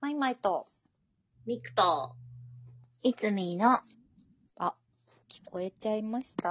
マイマイと、 ミクと、 いつみーの、 あ、聞こえちゃいました？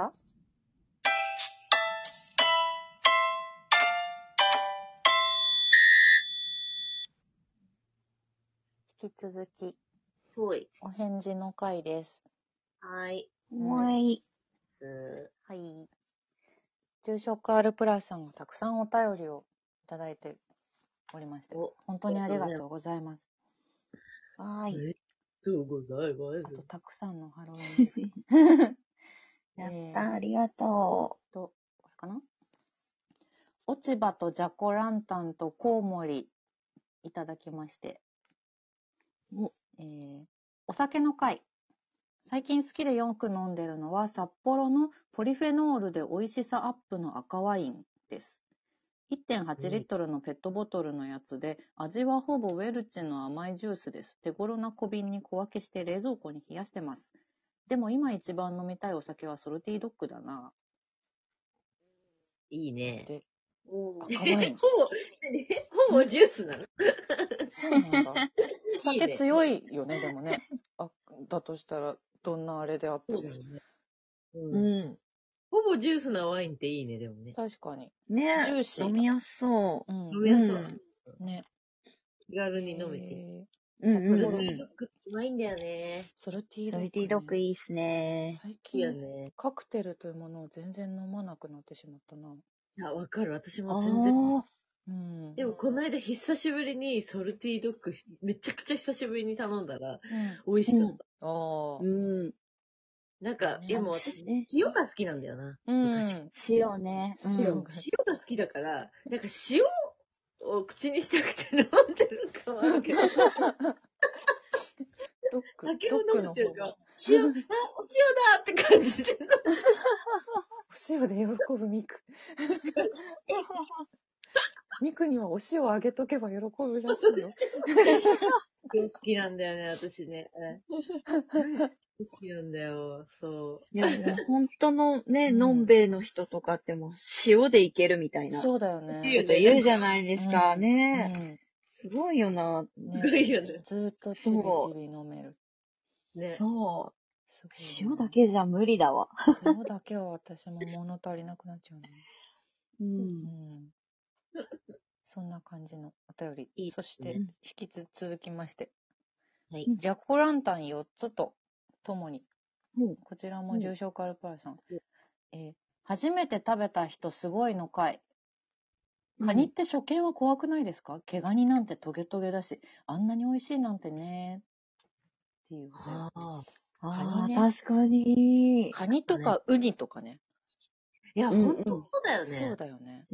引き続き、 ほい。 お返事の回です。 はい。 はい。 はい。住職 R プラスさんがたくさんお便りをいただいておりまして、本当にありがとうございます。 はい。 ありがとうございまあと、 す。 たくさんのハロウィンギフト。 やった、ありがとこれかな？落ち葉とジャコランタンとコウモリいただきまして、お酒の回。最近好きでよく飲んでるのは札幌のポリフェノールで美味しさアップの赤ワインです。1.8 リットルのペットボトルのやつで、味はほぼウェルチの甘いジュースです。手頃な小瓶に小分けして冷蔵庫に冷やしてます。でも今一番飲みたいお酒はソルティードッグだな。 いいね。 で、 赤赤ワイン。 ほぼジュースなの？ そうなんだ。お酒いいね強いよね、でもね。だとしたら、どんなあれであっても。 そうだね。 う。 ほぼジュースなワインっていいね、でもね。 確かに。 ねジューシーだ飲みやすそ飲みやすそう。 ね。 気軽に飲めて。 う。 札幌ソルティードッグうまいんだよね。 ソルティードッグ、 ソルティードッグいいっすね。 最いいよ近、 ね。 カクテルというものを全然飲まなくなってしまったな。 いや、わかる。私あも全然。 あ。 うん。 でも、この間久しぶりにソルティードッグ、めちゃくちゃ久しぶりに頼んだら、美味しかった。 ああ。 なんか、 ねでも私、 ね塩が好きなんだよな。昔。 塩ね。 塩が塩が好きだから、なんか塩を口にしたくて飲んでるかもあるけど、酒を飲むっていうか、塩、あ、お塩だって感じで。 お塩で喜ぶミク。ミクにはお塩をあげとけば喜ぶらしいよ。 塩好きなんだよね、私ね。好きなんだよ、そう。 いや、もう本当のね、のんべえの人とかってもう塩でいけるみたいな。 そうだよね。 言うじゃないですか、ね。 ね。 すごいよな。 すごいよね。 ずーっとちびちび飲める。 ね。 そう。 すごい塩だけじゃ無理だわ。 塩だけは私も物足りなくなっちゃうね。そんな感じのお便り。そして、引き続きまして、ジャックランタン4つとともに、こちらも重症化アルプラさん。初めて食べた人すごいのかい。カニって初見は怖くないですか？毛ガニなんてトゲトゲだし、あんなに美味しいなんてね。っていう。カニね。 確かに。 カニとかウニとかね。 いや、ほんとそうだよね。 そうだよね。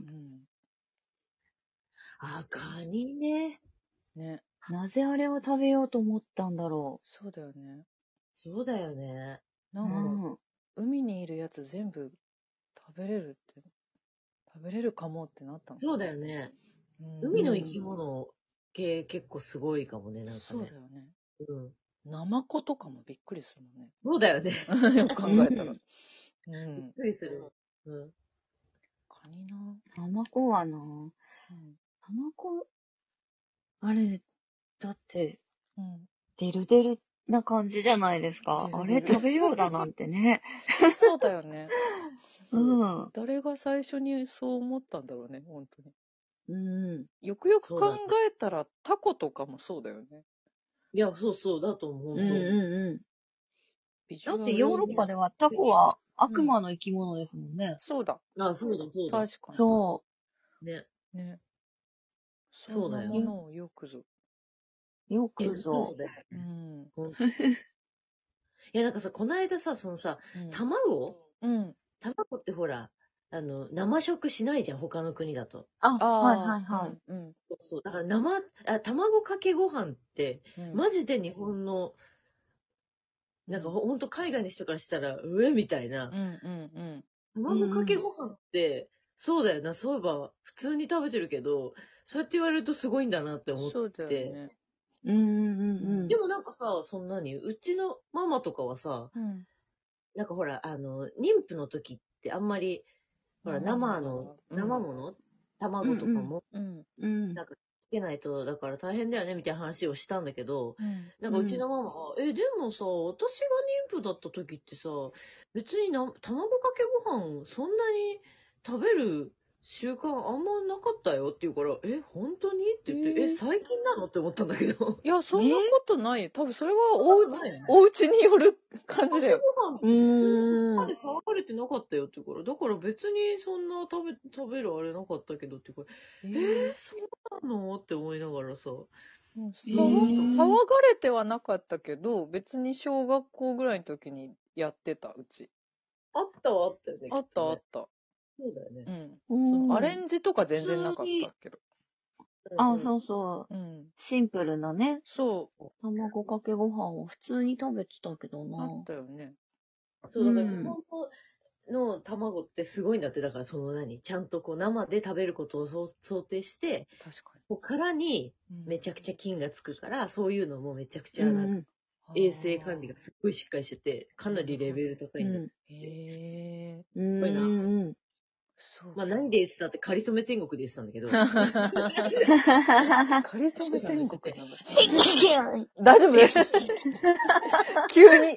カニね。 ね。 なぜあれを食べようと思ったんだろう。 そうだよね。 そうだよね。 なんか、海にいるやつ全部食べれるかもってなったの。 そうだよね。海の生き物系結構すごいかもね、なんかね。 そうだよね。ナマコとかもびっくりするもんね。 そうだよね。 よく考えたら。びっくりする。 カニな。 ナマコはな。ナマコ、あれ、だって、デルデルな感じじゃないですか。あれ食べようだなんてね。 そうだよね。誰が最初にそう思ったんだろうね、本当に。よくよく考えたらタコとかもそうだよね。 いや、そうだと思う。 だってヨーロッパではタコは悪魔の生き物ですもんね。 そうだ。 そうだ。 確かに。 そう。 ね。 そんなものをよくぞ。 よくぞ。 いや、なんかさ、この間さ、卵ってほら、生食しないじゃん、他の国だと。 はい。 そう。だから卵かけご飯って、マジで日本の、なんかほんと海外の人からしたら、みたいな。卵かけご飯って、そうだよな、そういえば、普通に食べてるけど、そうやって言われるとすごいんだなって思って。 そうだよね。 でもなんかさ、うちのママとかはさ、なんかほら、妊婦の時ってあんまり、ほら、生もの、卵とかも、なんか、 けないと、だから大変だよね、みたいな話をしたんだけど、なんかうちのママは、でもさ、私が妊婦だった時ってさ、別に卵かけご飯、そんなに食べる習慣あんまなかったよって言うから、本当にって言って、最近なのって思ったんだけど。 いや、そんなことないよ。多分それはお家による感じだよ。 ご飯って別にそこまで騒がれてなかったよって言うから、だから別にそんな食べるあれなかったけどって言うから、そうなのって思いながらさ。 騒がれてはなかったけど、別に小学校ぐらいの時にやってた、うち。 あったはあったよね。 あったあった。 そうだよね。 そのアレンジとか全然なかったけど。 そうそう。シンプルなね。 そう。 卵かけご飯を普通に食べてたけどな。 あったよね。 そう、だから日本の卵ってすごいんだって、だからそのちゃんとこう生で食べることを想定して、 確かに。 こう殻にめちゃくちゃ菌がつくから、そういうのもめちゃくちゃなんか、衛生管理がすっごいしっかりしてて、かなりレベル高いんだ。 へすごいな。まあ何で言ってたってかりそめ天国で言ってたんだけど。 かりそめ天国なんだ。大丈夫だよ。急に。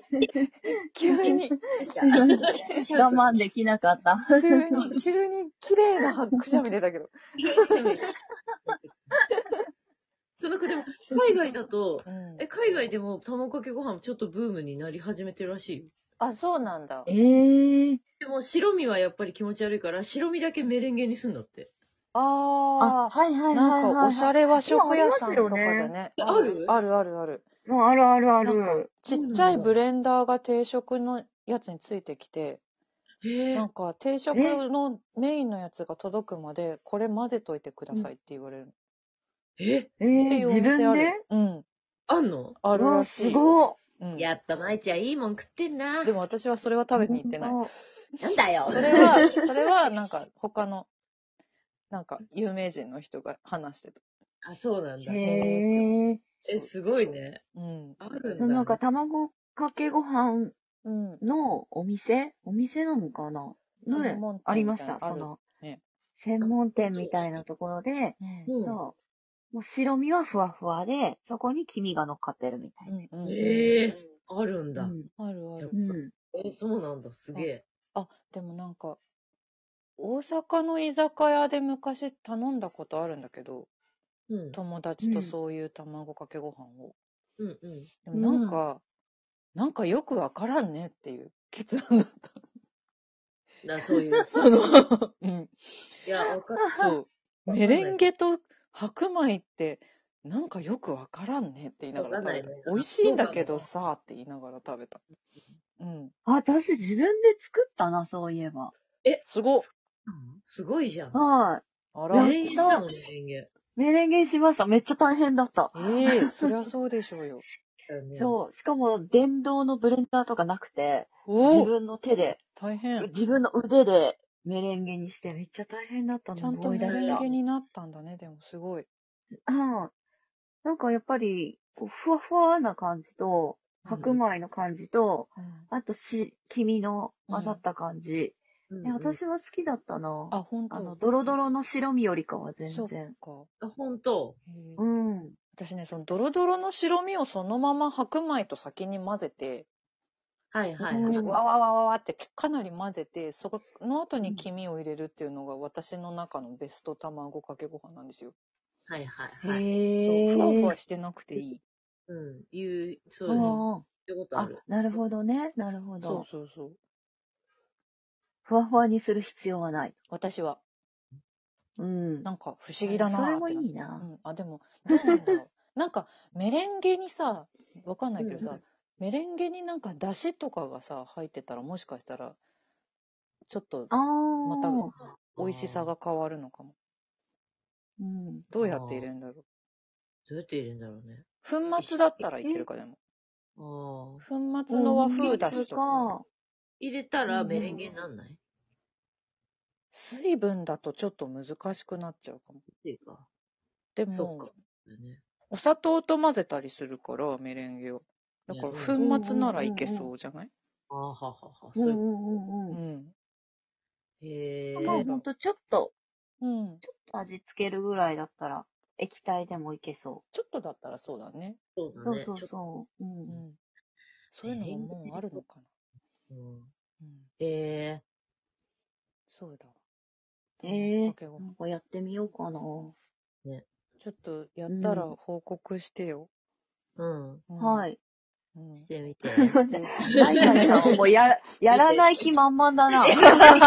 我慢できなかった。 急に綺麗なくしゃみ出たけど。 その子でも、海外だと、海外でも卵かけご飯ちょっとブームになり始めてるらしいよ。 あ、そうなんだ。 でも白身はやっぱり気持ち悪いから、白身だけメレンゲにすんだって。 はいはいはい。 なんかおしゃれ和食屋さんとかでね。 ある。 あるある。 ちっちゃいブレンダーが定食のやつについてきて、なんか定食のメインのやつが届くまで、これ混ぜといてくださいって言われる。っていうお店ある。 あんの？ あるらしい。 すごい。やっぱ舞ちゃんいいもん食ってんな。 でも私はそれは食べに行ってない。 なんだよ。 それはなんか他の、なんか有名人の人が話してた。 あ、そうなんだ。すごいね。あるんだ。 なんか卵かけご飯のお店なのかなありました。その、専門店みたいなところで、そう。もう白身はふわふわで、そこに黄身が乗っかってるみたいな。 あるんだ。 あるある。 そうなんだ。すげえ。 でもなんか、大阪の居酒屋で昔頼んだことあるんだけど、友達とそういう卵かけご飯を。でもなんかよくわからんねっていう結論だった。 そういう。いや、わかる。 そう。メレンゲと白米って、なんかよくわからんねって言いながら食べた。美味しいんだけどさ、って言いながら食べた。 私自分で作ったな、そういえば。 すごい。 すごいじゃん。 はい。 あら。メレンゲしたの？メレンゲ。 メレンゲしました。めっちゃ大変だった。 そりゃそうでしょうよ。 そう。しかも、電動のブレンダーとかなくて、自分の手で、 大変。 自分の腕でメレンゲにしてめっちゃ大変だったの。 ちゃんとメレンゲになったんだね、でもすごい。 なんかやっぱり、ふわふわな感じと、白米の感じと、あと黄身の混ざった感じ。私は好きだったな。 本当。 ドロドロの白身よりかは全然。 本当。 私ね、そのドロドロの白身をそのまま白米と先に混ぜて、わわわわわってかなり混ぜて、その後に黄身を入れるっていうのが私の中のベスト卵かけご飯なんですよ。そう、ふわふわしてなくていい。 そういうことある。 なるほどね。なるほど。 そう。 ふわふわにする必要はない。 私は。なんか不思議だなーって。 それもいいな。 でも、どうなんだろう。なんか、メレンゲにさ、わかんないけどさ、メレンゲになんか出汁とかがさ、入ってたら、もしかしたら、ちょっと、また、美味しさが変わるのかも。どうやって入れるんだろう。 どうやって入れるんだろうね。 粉末だったらいけるか、でも。粉末の和風だしとか。 入れたらメレンゲになんない？ 水分だとちょっと難しくなっちゃうかも。でも、お砂糖と混ぜたりするから、メレンゲを。だから粉末ならいけそうじゃない？ そういうこと。 ほんとちょっと味付けるぐらいだったら。 液体でもいけそちょっとだったらそうだね。 そうだね。 そうそう。 そういうのももうあるのかな。そうだわ。 なんかやってみようかな。 ね。ちょっとやったら報告してよ。 はい。 してみて。 マイカさんもやらない気満々だな。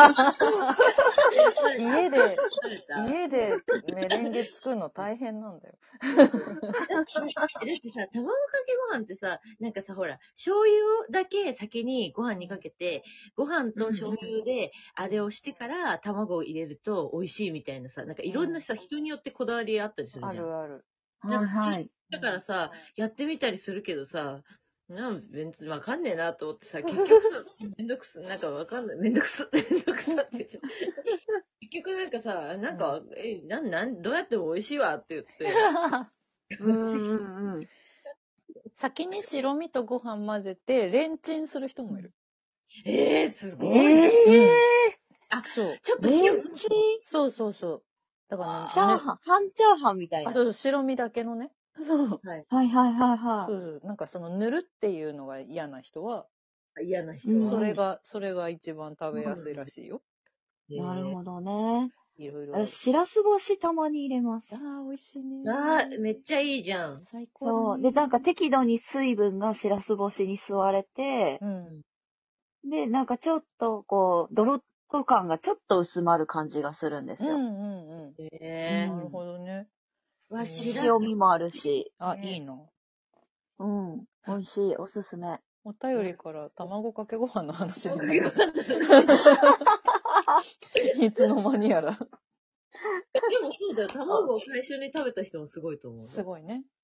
家でメレンゲ作るの大変なんだよ。 だってさ、卵かけご飯ってさ、なんかさ、ほら、醤油だけ先にご飯にかけて、ご飯と醤油であれをしてから卵を入れると美味しいみたいなさ、なんかいろんなさ、人によってこだわりあったりするじゃん。 あるある。 なんか好きだからさ、やってみたりするけどさ、別にわかんねえなと思ってさ、結局さ、めんどくさ、なんかわかんない、めんどくさって言っちゃう。結局なんかさ、なんか、どうやっても美味しいわって言って。 先に白身とご飯混ぜて、レンチンする人もいる。 すごい。あ、そう。ちょっとレンチンそうそうそう。だからね。チャーハン、半チャーハンみたいな。 そうそう、白身だけのね。そう。 はいはいはい。 そうそう。なんかその塗るっていうのが嫌な人は、それが一番食べやすいらしいよ。 なるほどね。 いろいろ。 しらす干したまに入れます。 美味しいね。 めっちゃいいじゃん。 最高。 そう。で、なんか適度に水分がしらす干しに吸われて、で、なんかちょっとこう、ドロッと感がちょっと薄まる感じがするんですよ。 なるほどね。 塩味もあるし。 いいな。 美味しい。おすすめ。 お便りから卵かけご飯の話になりました。いつの間にやら。 でもそうだよ。卵を最初に食べた人もすごいと思う。 すごいね。